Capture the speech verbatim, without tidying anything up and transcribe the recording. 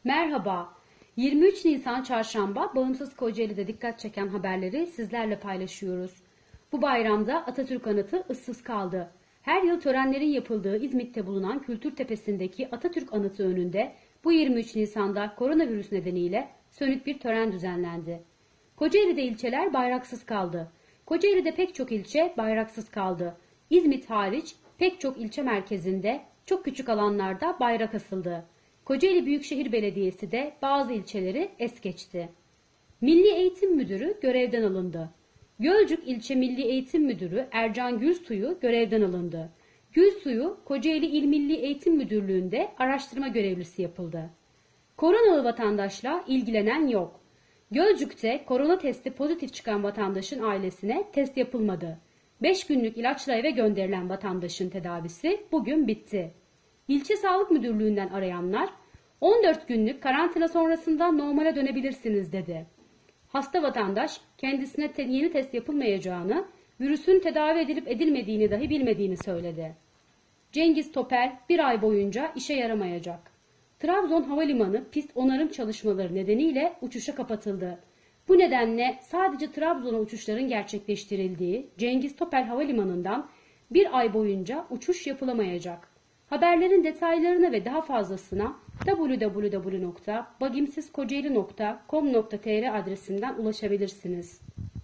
Merhaba. yirmi üç Nisan Çarşamba Bağımsız Kocaeli'de dikkat çeken haberleri sizlerle paylaşıyoruz. Bu bayramda Atatürk Anıtı ıssız kaldı. Her yıl törenlerin yapıldığı İzmit'te bulunan Kültürtepe'sindeki Atatürk Anıtı önünde bu yirmi üç Nisan'da koronavirüs nedeniyle sönük bir tören düzenlendi. Kocaeli'de ilçeler bayraksız kaldı. Kocaeli'de pek çok ilçe bayraksız kaldı. İzmit hariç pek çok ilçe merkezinde çok küçük alanlarda bayrak asıldı. Kocaeli Büyükşehir Belediyesi de bazı ilçeleri es geçti. Milli Eğitim Müdürü görevden alındı. Gölcük İlçe Milli Eğitim Müdürü Ercan Gülsuyu görevden alındı. Gülsuyu Kocaeli İl Milli Eğitim Müdürlüğü'nde araştırma görevlisi yapıldı. Koronalı vatandaşla ilgilenen yok. Gölcük'te korona testi pozitif çıkan vatandaşın ailesine test yapılmadı. beş günlük ilaçla eve gönderilen vatandaşın tedavisi bugün bitti. İlçe Sağlık Müdürlüğü'nden arayanlar on dört günlük karantina sonrasında normale dönebilirsiniz dedi. Hasta vatandaş kendisine te yeni test yapılmayacağını, virüsün tedavi edilip edilmediğini dahi bilmediğini söyledi. Cengiz Topel bir ay boyunca işe yaramayacak. Trabzon Havalimanı pist onarım çalışmaları nedeniyle uçuşa kapatıldı. Bu nedenle sadece Trabzon'a uçuşların gerçekleştirildiği Cengiz Topel Havalimanı'ndan bir ay boyunca uçuş yapılamayacak. Haberlerin detaylarına ve daha fazlasına w w w nokta bagimsizkocaeli nokta com nokta t r adresinden ulaşabilirsiniz.